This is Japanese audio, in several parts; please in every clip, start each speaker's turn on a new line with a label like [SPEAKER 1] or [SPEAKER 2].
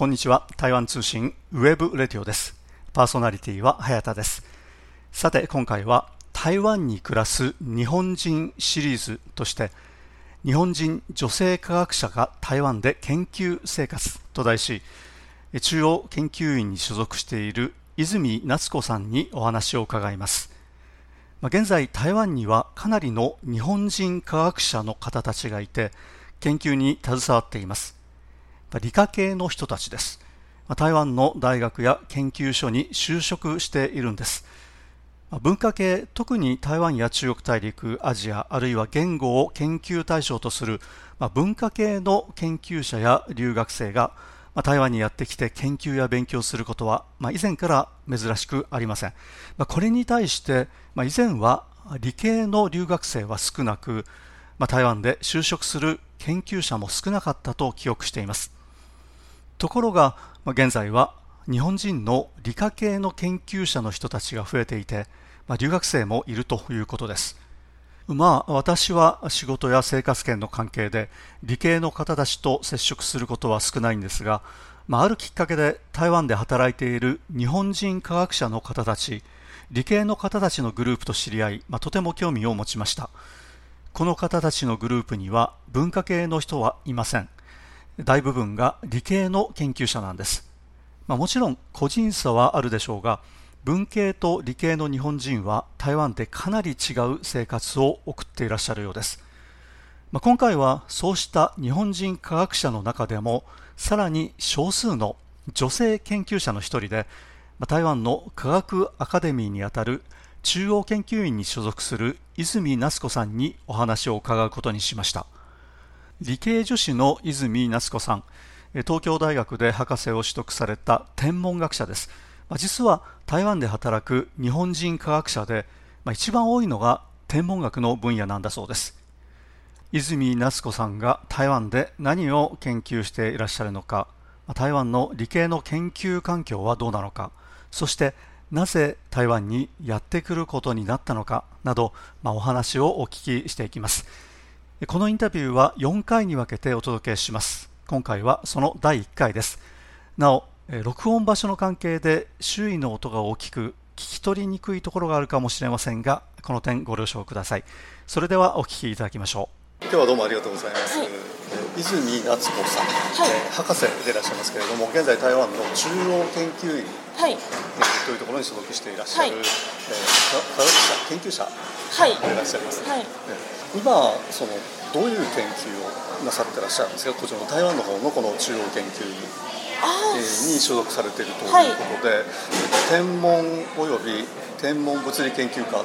[SPEAKER 1] こんにちは。台湾通信ウェブレディオです。パーソナリティは早田です。さて今回は台湾に暮らす日本人シリーズとして、日本人女性科学者が台湾で研究生活と題し、中央研究院に所属している泉夏子さんにお話を伺います。現在台湾にはかなりの日本人科学者の方たちがいて、研究に携わっています。理科系の人たちです。台湾の大学や研究所に就職しているんです。文化系、特に台湾や中国大陸、アジア、あるいは言語を研究対象とする文化系の研究者や留学生が台湾にやってきて研究や勉強することは以前から珍しくありません。これに対して以前は理系の留学生は少なく、台湾で就職する研究者も少なかったと記憶しています。ところが現在は日本人の理科系の研究者の人たちが増えていて、留学生もいるということです。私は仕事や生活圏の関係で理系の方たちと接触することは少ないんですが、あるきっかけで台湾で働いている日本人科学者の方たち、理系の方たちのグループと知り合い、とても興味を持ちました。この方たちのグループには文化系の人はいません。大部分が理系の研究者なんです。もちろん個人差はあるでしょうが、文系と理系の日本人は台湾でかなり違う生活を送っていらっしゃるようです。今回はそうした日本人科学者の中でもさらに少数の女性研究者の一人で、台湾の科学アカデミーにあたる中央研究院に所属する泉夏子さんにお話を伺うことにしました。理系女子の泉夏子さん、東京大学で博士を取得された天文学者です。実は台湾で働く日本人科学者で、一番多いのが天文学の分野なんだそうです。泉夏子さんが台湾で何を研究していらっしゃるのか、台湾の理系の研究環境はどうなのか、そしてなぜ台湾にやってくることになったのかなど、お話をお聞きしていきます。このインタビューは4回に分けてお届けします。今回はその第1回です。なお、録音場所の関係で周囲の音が大きく聞き取りにくいところがあるかもしれませんが、この点ご了承ください。それではお聞きいただきましょう。今日はどうもありがとうございます。泉夏子さん、博士でいらっしゃいますけれども、現在台湾の中央研究院、というところに所属していらっしゃる、科学者、研究者でいらっしゃいます。今どういう研究をなさってらっしゃるんですか。こちらの台湾の方のこの中央研究院に所属されているということで、天文および天文物理研究科という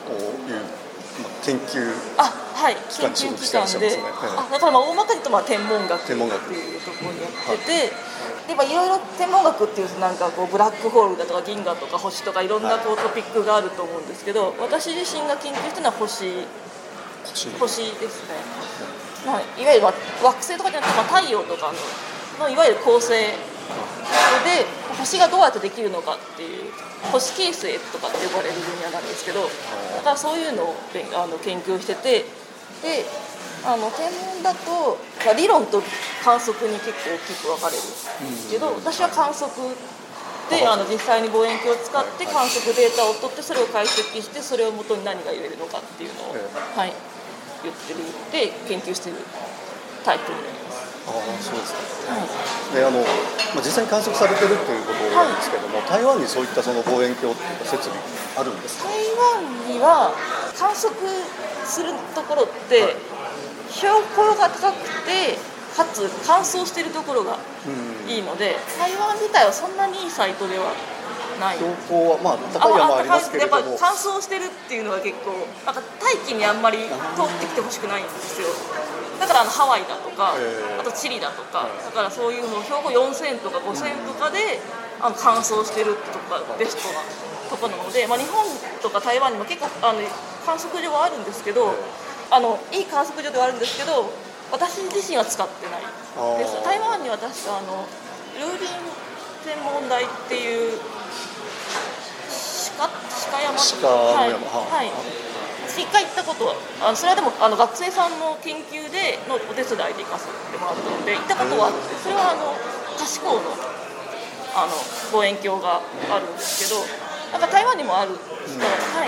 [SPEAKER 1] 研究機関に所属していらっしゃいますね。
[SPEAKER 2] だから大まかに言うと天文学っていうところにやってて、でいろいろ天文学っていうとブラックホールだとか銀河とか星とかいろんなトピックがあると思うんですけど、私自身が研究しているのは星ですね。いわゆる惑星とかじゃなくて太陽とかのいわゆる構成で星がどうやってできるのかっていう星形成とかって呼ばれる分野なんですけど、だからそういうのを研究してて、で天文だと理論と観測に結構大きく分かれるんですけど、私は観測で実際に望遠鏡を使って観測データを取って、それを解析して、それをもとに何が言えるのかっていうのを、言ってるで研究しているタイプになります。
[SPEAKER 1] そうですか。で実際に観測されているということなんですけども、台湾にそういった望遠鏡っていう設備あるんですか。
[SPEAKER 2] 台湾には観測するところって標高が高くてかつ乾燥しているところがいいので、台湾自体はそんなにいいサイトではない。
[SPEAKER 1] 標高は高い山ありますけれども、
[SPEAKER 2] やっぱ乾燥してるっていうのは結構大気にあんまり通ってきてほしくないんですよ。だからハワイだとか、あとチリだとか、だからそういうの標高4000とか5000とかで乾燥してるとかベストなところなので、日本とか台湾にも結構観測所はあるんですけど、いい観測所ではあるんですけど、私自身は使ってないです。台湾には確かルーリン天文台っていう鹿山一回行ったことはそれはでも学生さんの研究でのお手伝いで行かせてもらったので行ったことはあって、それは可視光の望遠鏡があるんですけど、なんか台湾にもある、はい、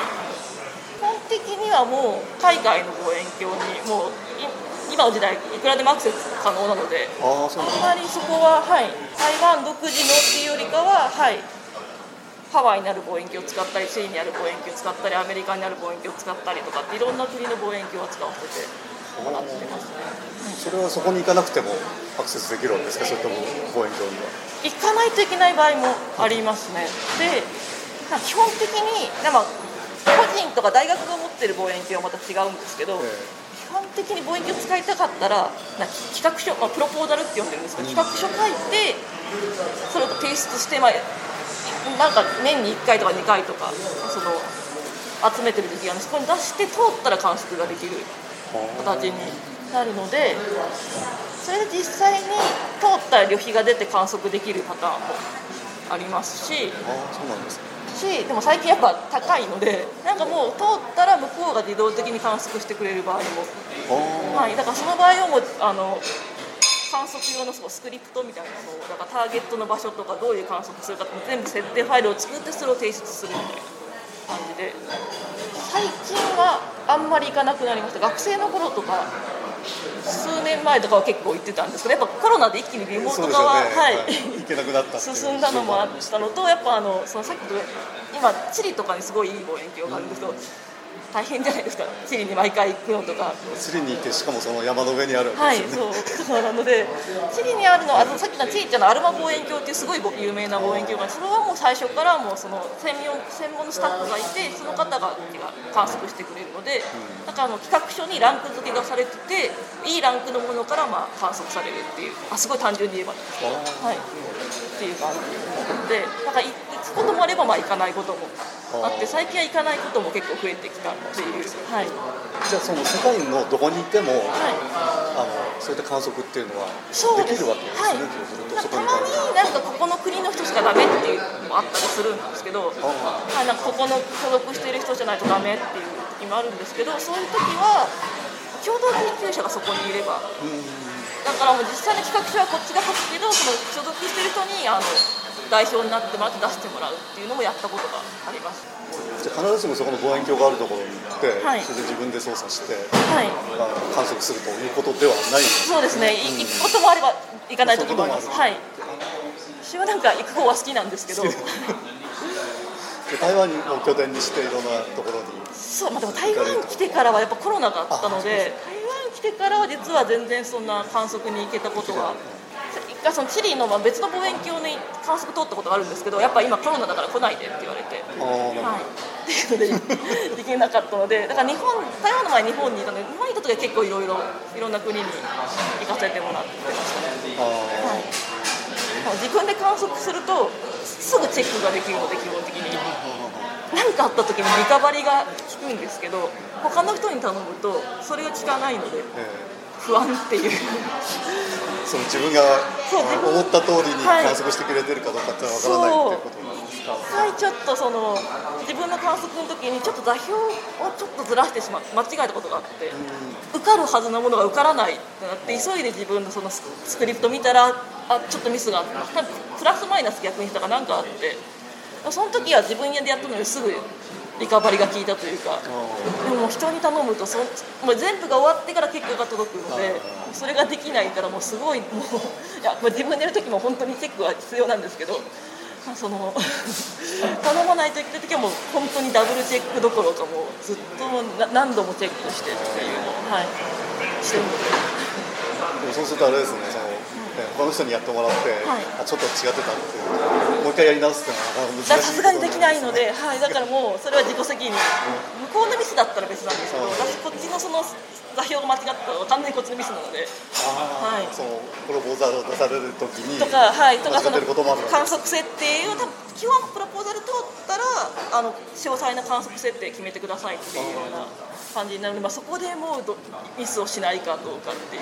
[SPEAKER 2] 基本的にはもう海外の望遠鏡にもう今の時代いくらでもアクセス可能なので、あんまりそこは、はい、台湾独自のっていうよりかは、はい、ハワイにある望遠鏡を使ったり、チリにある望遠鏡を使ったり、アメリカにある望遠鏡を使ったりとかっていろんな国の望遠鏡を使わせてもらってますね。
[SPEAKER 3] それはそこに行かなくてもアクセスできるわけですか、それとも望遠鏡には。
[SPEAKER 2] 行かないといけない場合もありますね。で、基本的に個人とか大学が持ってる望遠鏡はまた違うんですけど、基本的に望遠鏡を使いたかったら企画書、プロポーザルって呼んでるんですけど、企画書書いてそれを提出して、なんか年に1回とか2回とかその集めてる時期がそこに出して通ったら観測ができる形になるので、それで実際に通ったら旅費が出て観測できるパターンもありますし、
[SPEAKER 3] そうなんですか。
[SPEAKER 2] でも最近やっぱ高いので、なんかもう通ったら向こうが自動的に観測してくれる場合も、はい、だからその場合をも観測用のスクリプトみたいなのをだからターゲットの場所とかどういう観測するかって全部設定ファイルを作ってそれを提出するみたいな感じで、最近はあんまり行かなくなりました。学生の頃とか数年前とかは結構行ってたんですけど、やっぱコロナで一気にリモート化は、
[SPEAKER 3] 行けなくなった
[SPEAKER 2] 進んだのもあったのと、やっぱそのさっきと今チリとかにすごいいい望遠鏡があるんですけど、大変じゃないですか、チリに毎回行くのとか。
[SPEAKER 3] チリに行ってしかもその山の上にあるわけですよね。
[SPEAKER 2] はい、そうなのでチリにあるのはさっきのチリちゃんのアルマ望遠鏡っていうすごい有名な望遠鏡が、それはもう最初からもうその専門のスタッフがいて、その方が観測してくれるので、だから企画書にランク付けがされてて、いいランクのものから観測されるっていう、すごい単純に言えばですけど、はい、っていう感じで、だから行くこともあれば行かないこともあって、最近は行かないことも結構増えてきたっていう、はい、
[SPEAKER 3] じゃあその世界のどこに行っても、そういった観測っていうのはできるわけですね。
[SPEAKER 2] たまになんかここの国の人しかダメっていうのもあったりするんですけど、なんかここの所属している人じゃないとダメっていう時もあるんですけど、そういう時は共同研究者がそこにいれば、だからもう実際の企画書はこっちが書くけど、その所属している人に代表になってもらって出してもらうっていうのもやったことがあります。
[SPEAKER 3] じゃあ必ずしもそこの望遠鏡があるところに行って、それで自分で操作して、観測するということではないんですか。
[SPEAKER 2] そうですね、行くこともあれば行かない時もあります。はい、私はなんか行く方は好きなんですけど
[SPEAKER 3] 台湾を拠点にしていろんなところに。
[SPEAKER 2] そう、でも台湾来てからはやっぱコロナがあったので、台湾来てからは実は全然そんな観測に行けたことは、一回そのチリの別の望遠鏡に観測通ったことがあるんですけど、やっぱ今コロナだから来ないでって言われて、っていうのでできなかったので、だから台湾の前に日本にいたので、日本にいた時は結構いろんな国に行かせてもらってましたね。自分で観測するとすぐチェックができるので、基本的に何かあった時にリカバリが効くんですけど、他の人に頼むとそれが効かないので不安っていう
[SPEAKER 3] その自分が思った通りに観測してくれてるかどうかってわからないっていうことなんですか。
[SPEAKER 2] ちょっと自分の観測の時にちょっと座標をちょっとずらして間違えたことがあって、受かるはずのものが受からないってなって、急いで自分のそのスクリプト見たらちょっとミスがあった、プラスマイナス逆にしたかなんかあって、その時は自分でやったのにすぐリカバリが効いたというか、でも人に頼むともう全部が終わってから結果が届くので、それができないからもうすごい自分でやる時も本当にチェックは必要なんですけど、頼まないといけない時はもう本当にダブルチェックどころかもうずっと何度もチェックしてっていうのを、してるので。
[SPEAKER 3] そうするとあれですね、他の人にやってもらって、ちょっと違ってたっていう、もう一回やり直すっていうのは難しい。
[SPEAKER 2] さすがにできないので、だからもうそれは自己責任、向こうのミスだったら別なんですけど、こっちのその座標が間違ったら完全にこっちのミスなので、
[SPEAKER 3] そのプロポーザルを出されるときに
[SPEAKER 2] とか
[SPEAKER 3] その
[SPEAKER 2] 観測設定を基本プロポーザル通ったら詳細な観測設定決めてくださいっていうような感じになるので、そこでもうミスをしないかどうかっていう。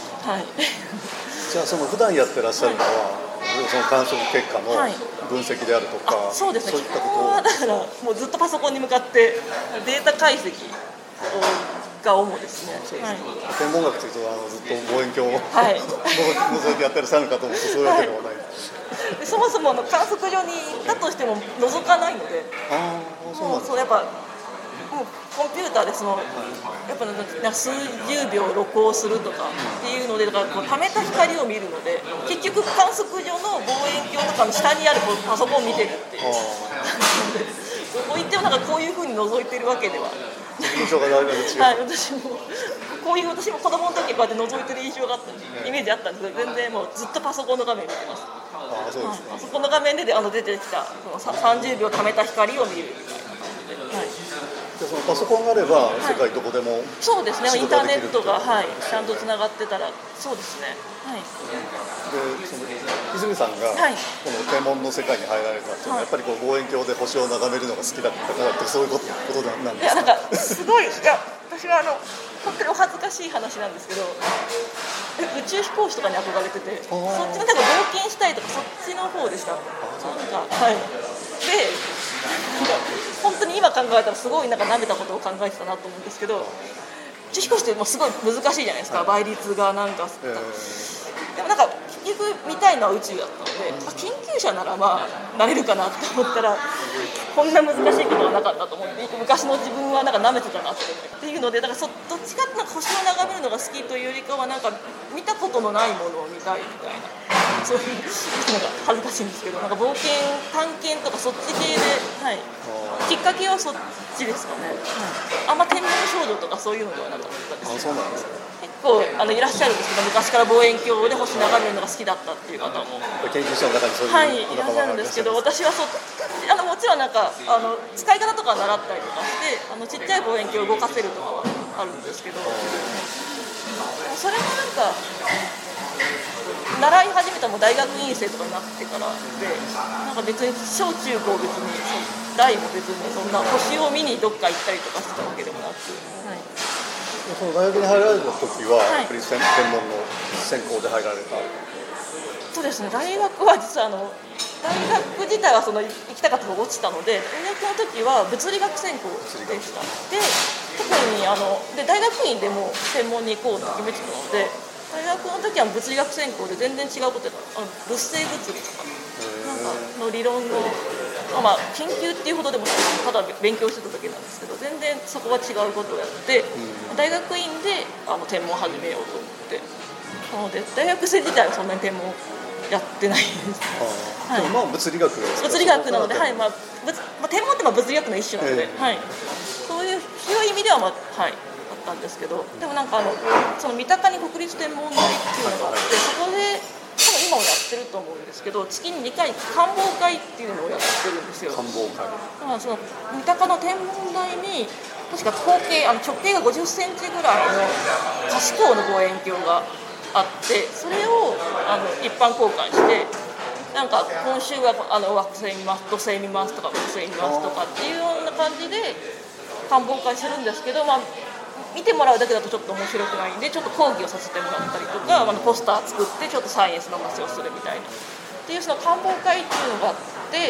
[SPEAKER 3] じゃあ普段やってらっしゃるのは、その観測結果の分析であるとか、
[SPEAKER 2] そうですね、
[SPEAKER 3] そういったことを
[SPEAKER 2] だからもうずっとパソコンに向かってデータ解析をが主ですね。はい、
[SPEAKER 3] 天文学というとずっと望遠鏡を、
[SPEAKER 2] はい、
[SPEAKER 3] 覗いてやったりしたのかと思うとそういうわけではない、
[SPEAKER 2] でそもそも観測所に行ったとしても覗かないので、そうやっぱもうコンピューターでやっぱ数十秒録音するとかっていうので、だからこう溜めた光を見るので、結局観測所の望遠鏡とかの下にあるパソコンを見てるっていう。どこ行ってもなんかこういう風に覗いてるわけでは。
[SPEAKER 3] 印象がだいぶ違う。
[SPEAKER 2] はい、私も子供の時こうやって覗いてる印象があったイメージあったんですけど、全然もうずっとパソコンの画面見てます。
[SPEAKER 3] そうですね。
[SPEAKER 2] パソコンの画面で出てきたその30秒溜めた光を見るみたいな感じで。はい。
[SPEAKER 3] でそのパソコンがあれば世界どこでも、
[SPEAKER 2] そうですね。インターネットが、ちゃんとつながってたら、そうですね。はい。
[SPEAKER 3] でその泉さんがこの天文の世界に入られたっていうのは、やっぱりこう望遠鏡で星を眺めるのが好きだったからってそういうことなんですか。
[SPEAKER 2] いやなんかすごい私は本当にお恥ずかしい話なんですけど、宇宙飛行士とかに憧れてて、そっちの冒険したいとかそっちの方でした。はい。で本当に今考えたらすごいなんか舐めたことを考えてたなと思うんですけど、宇宙飛行士ってもうすごい難しいじゃないですか、倍率がなんか、でもなんか結局見たいのは宇宙だったので、研究者ならなれるかなって思ったらこんな難しいことはなかったと思って、昔の自分はなんか舐めてたなっていうので、だからどっちかってなんか星を眺めるのが好きというよりかは、なんか見たことのないものを見たいみたいな、そういうなんか恥ずかしいんですけど、なんか冒険探検とかそっち系で、きっかけはそっちですかね。あんま天文少女とかそういうのではなかったです。
[SPEAKER 3] そうなんですね。
[SPEAKER 2] 結構いらっしゃるんですけど、昔から望遠鏡で星眺めるのが好きだったっていう方も
[SPEAKER 3] 研究者の中にそういう
[SPEAKER 2] いらっしゃるんですけど、私はもちろんなんか使い方とか習ったりとかしてちっちゃい望遠鏡を動かせるとかはあるんですけど、それもなんか習い始めたも大学院生とかになってからで、なんか別に小中高別に大も別にそんな星を見にどっか行ったりとかしたわけでもなく、
[SPEAKER 3] その大学に入られた時は、やっぱり天文の専攻で入られた。
[SPEAKER 2] そうですね。大学は実は大学自体は行きたかったのが落ちたので、大学の時は物理学専攻でした。で特にで大学院でも専門に行こうと決めてたので、大学の時は物理学専攻で全然違うことやった物性物理とかなんかの理論の、研究っていうほどでもただ勉強してただけなんですけど、全然そこは違うことをやって、大学院で天文を始めようと思って、なので大学生自体はそんなに天文やってないです。
[SPEAKER 3] でも物理学ですか。
[SPEAKER 2] 物理学なので、天文って物理学の一種なので、そういう広い意味ではあったんですけど、でもなんかその三鷹に国立天文台っていうのがあって、そこで多分今もやってると思うんですけど、月に2回観望会っていうのをやってるんですよ。
[SPEAKER 3] 観望会。
[SPEAKER 2] その三鷹の天文台に確か直径が50センチぐらいの可視光の望遠鏡があって、それを一般公開して、なんか今週は惑星見ます、土星見ますとか木星見ますとかっていうような感じで観望会するんですけど、見てもらうだけだとちょっと面白くないんで、ちょっと講義をさせてもらったりとか、ポスター作ってちょっとサイエンスの話をするみたいなっていうその観望会っていうのがあって、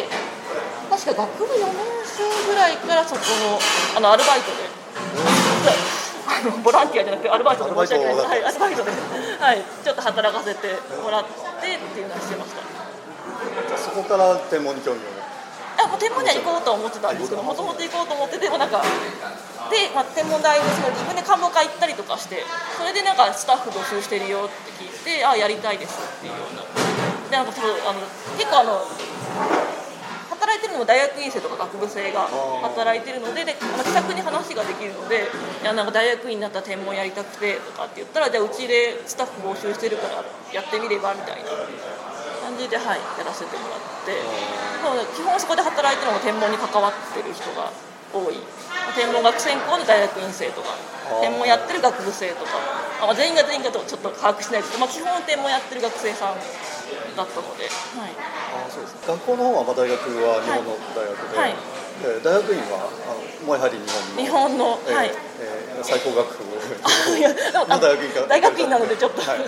[SPEAKER 2] 確か学部4年生ぐらいからそこのアルバイトでボランティアじゃなくてアルバイトで申し訳ないです。アルバイトでちょっと働かせてもらってっていうのをしてました。
[SPEAKER 3] そこから天文に興味を。
[SPEAKER 2] 天文には行こうと思ってたんですけど、もともと行こうと思っててもなんかで、天文台で自分で観望会行ったりとかして、それでなんかスタッフ募集してるよって聞いて、やりたいですっていうような。でなんか結構働いてるのも大学院生とか学部生が働いてるので、気さくに話ができるので、なんか大学院になったら天文やりたくてとかって言ったら、じゃあうちでスタッフ募集してるからやってみればみたいな感じでやらせてもらって、基本そこで働いてるのも天文に関わってる人が多い。天文学専攻の大学院生とか天文やってる学部生とか、全員が全員かとちょっと把握しないですけど、基本天文やってる学生さんだったので、
[SPEAKER 3] そうです。学校の方は大学は日本の大学で、大学院はもうやはり日本の最高学府の大学院から。
[SPEAKER 2] 大学院なのでちょっと、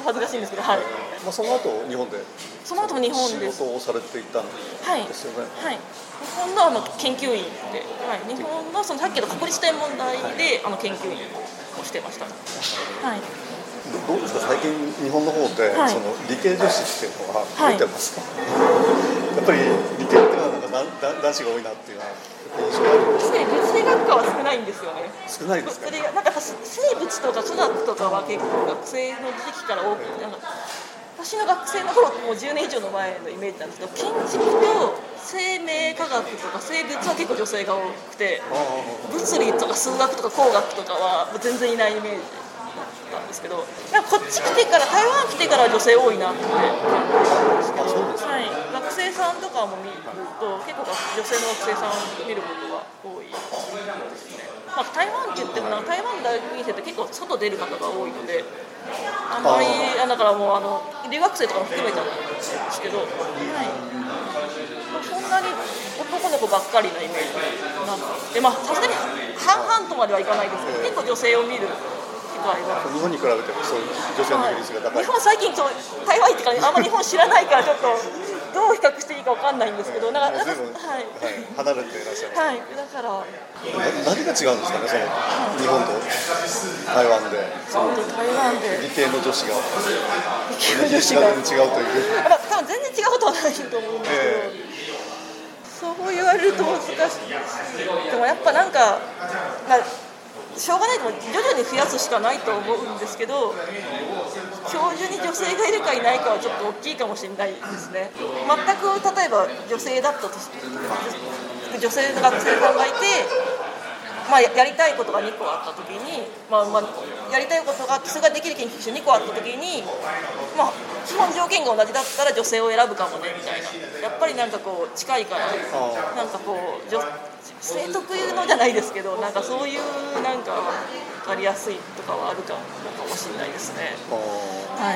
[SPEAKER 2] 恥ずかしいんですけど、はい。
[SPEAKER 3] その後日本で
[SPEAKER 2] その後も日本で
[SPEAKER 3] 仕事をされていたんですよね。
[SPEAKER 2] はい。日本の研究員で、はい、日本のそのさっきの国立天文台で研究員をしてました。はい。
[SPEAKER 3] どうですか、最近日本の方で、
[SPEAKER 2] はい、
[SPEAKER 3] その理系女子っていうのは増えてますか？やっぱり理系っていうのはなんか男子が多いなっていうのは印象があります。
[SPEAKER 2] 物理学科は少ないんですよね。
[SPEAKER 3] 少ないですか？
[SPEAKER 2] なんか生物とか科学とかは結構学生の時期から多くて、私の学生の頃もう10年以上の前のイメージなんですけど、建築と生命科学とか生物は結構女性が多くて、物理とか数学とか工学とかは全然いないイメージなんですけど、なんかこっち来てから台湾来てから女性多いなって感じたんですけど、はい、学生さんとかも見ると結構女性の学生さんを見ることが多いですね。台湾って言っても台湾の大学院生って結構外出る方が多いので、あんまりだからもう留学生とかも含めちゃうんですけど、はい、そんなに男の子ばっかりなイメージなんで、さすがに半々とまではいかないですけど、結構女性を見る機会が
[SPEAKER 3] 日本に比べてもそういう女性の比率が高い。
[SPEAKER 2] 日本最近台湾行ってからあんまり日本知らないからちょっとどう比較していいか分かんないんですけど、なんか
[SPEAKER 3] 随分、はい、離れていらっしゃる。
[SPEAKER 2] はい、だから
[SPEAKER 3] 何が違うんですかね、その日本と台湾で、理系の女子が全然違うという。
[SPEAKER 2] 多分全然違うことはないと思うんですけど、そう言われると難しいです。でもやっぱなんかしょうがないと徐々に増やすしかないと思うんですけど、教授に女性がいるかいないかはちょっと大きいかもしれないですね。全く例えば女性だったとして、女性の学生さんがいて、やりたいことが2個あったときに、やりたいことがそれができる研究者2個あったときに、基本条件が同じだったら女性を選ぶかもねみたいな、やっぱりなんかこう近いから、なんかこう女性特有のじゃないですけど、なんかそういうなんか分かりやすいとかはあるかもしれないですね。はい、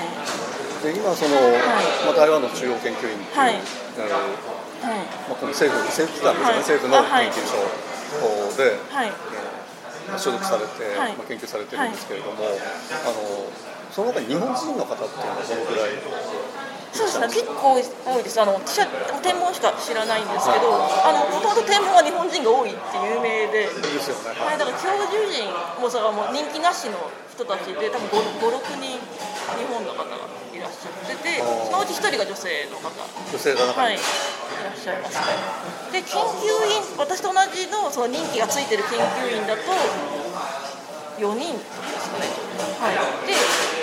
[SPEAKER 3] で今その、台湾の中央研究院っていう、この政府機関ですね、政府の研究所で、所属されて、研究されてるんですけれども、その中に日本人の方っていうのはどのぐらい？
[SPEAKER 2] そうですね、結構多いです。私は天文しか知らないんですけど、もともと天文は日本人が多いって有名で、
[SPEAKER 3] ですよね。
[SPEAKER 2] だから教授陣ももう人気なしの人たちで、多分5、6人日本の方がいらっしゃってて、そのうち1人が女性の方、
[SPEAKER 3] 女性が
[SPEAKER 2] いらっしゃいますね。で、研究員、私と同じのその任期がついてる研究員だと4人ですかね。で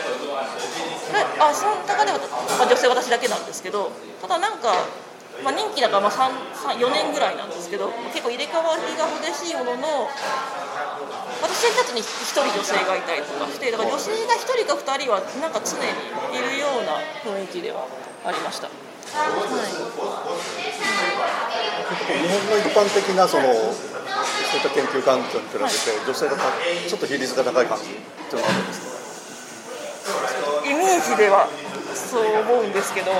[SPEAKER 2] その中では、女性は私だけなんですけど、ただなんか、任期だから4年ぐらいなんですけど、結構入れ替わりが激しいものの、私たちに1人女性がいたりとかして、だから女性が1人か2人はなんか常にいるような雰囲気ではありました。
[SPEAKER 3] 日本の一般的なそういった研究環境に比べて、女性がちょっと比率が高い感じっていうのがあるんですか？
[SPEAKER 2] イメージではそう思うんですけど、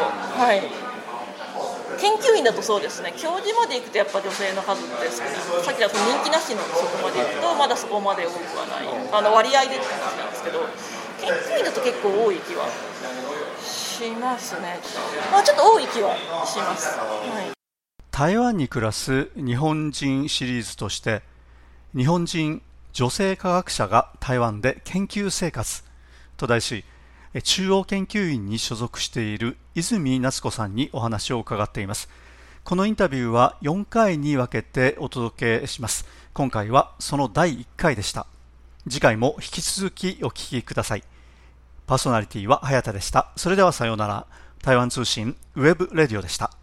[SPEAKER 2] 研究員だとそうですね、教授まで行くとやっぱ女性の数ですね。さっきの人気なしのそこまで行くとまだそこまで多くはない、割合でって話なんですけど、研究員だと結構多い気はしますね。ちょっと多い気はします。
[SPEAKER 1] 台湾に暮らす日本人シリーズとして、日本人女性科学者が台湾で研究生活と題し、中央研究院に所属している泉夏子さんにお話を伺っています。このインタビューは4回に分けてお届けします。今回はその第1回でした。次回も引き続きお聞きください。パーソナリティは早田でした。それではさようなら。台湾通信ウェブレディオでした。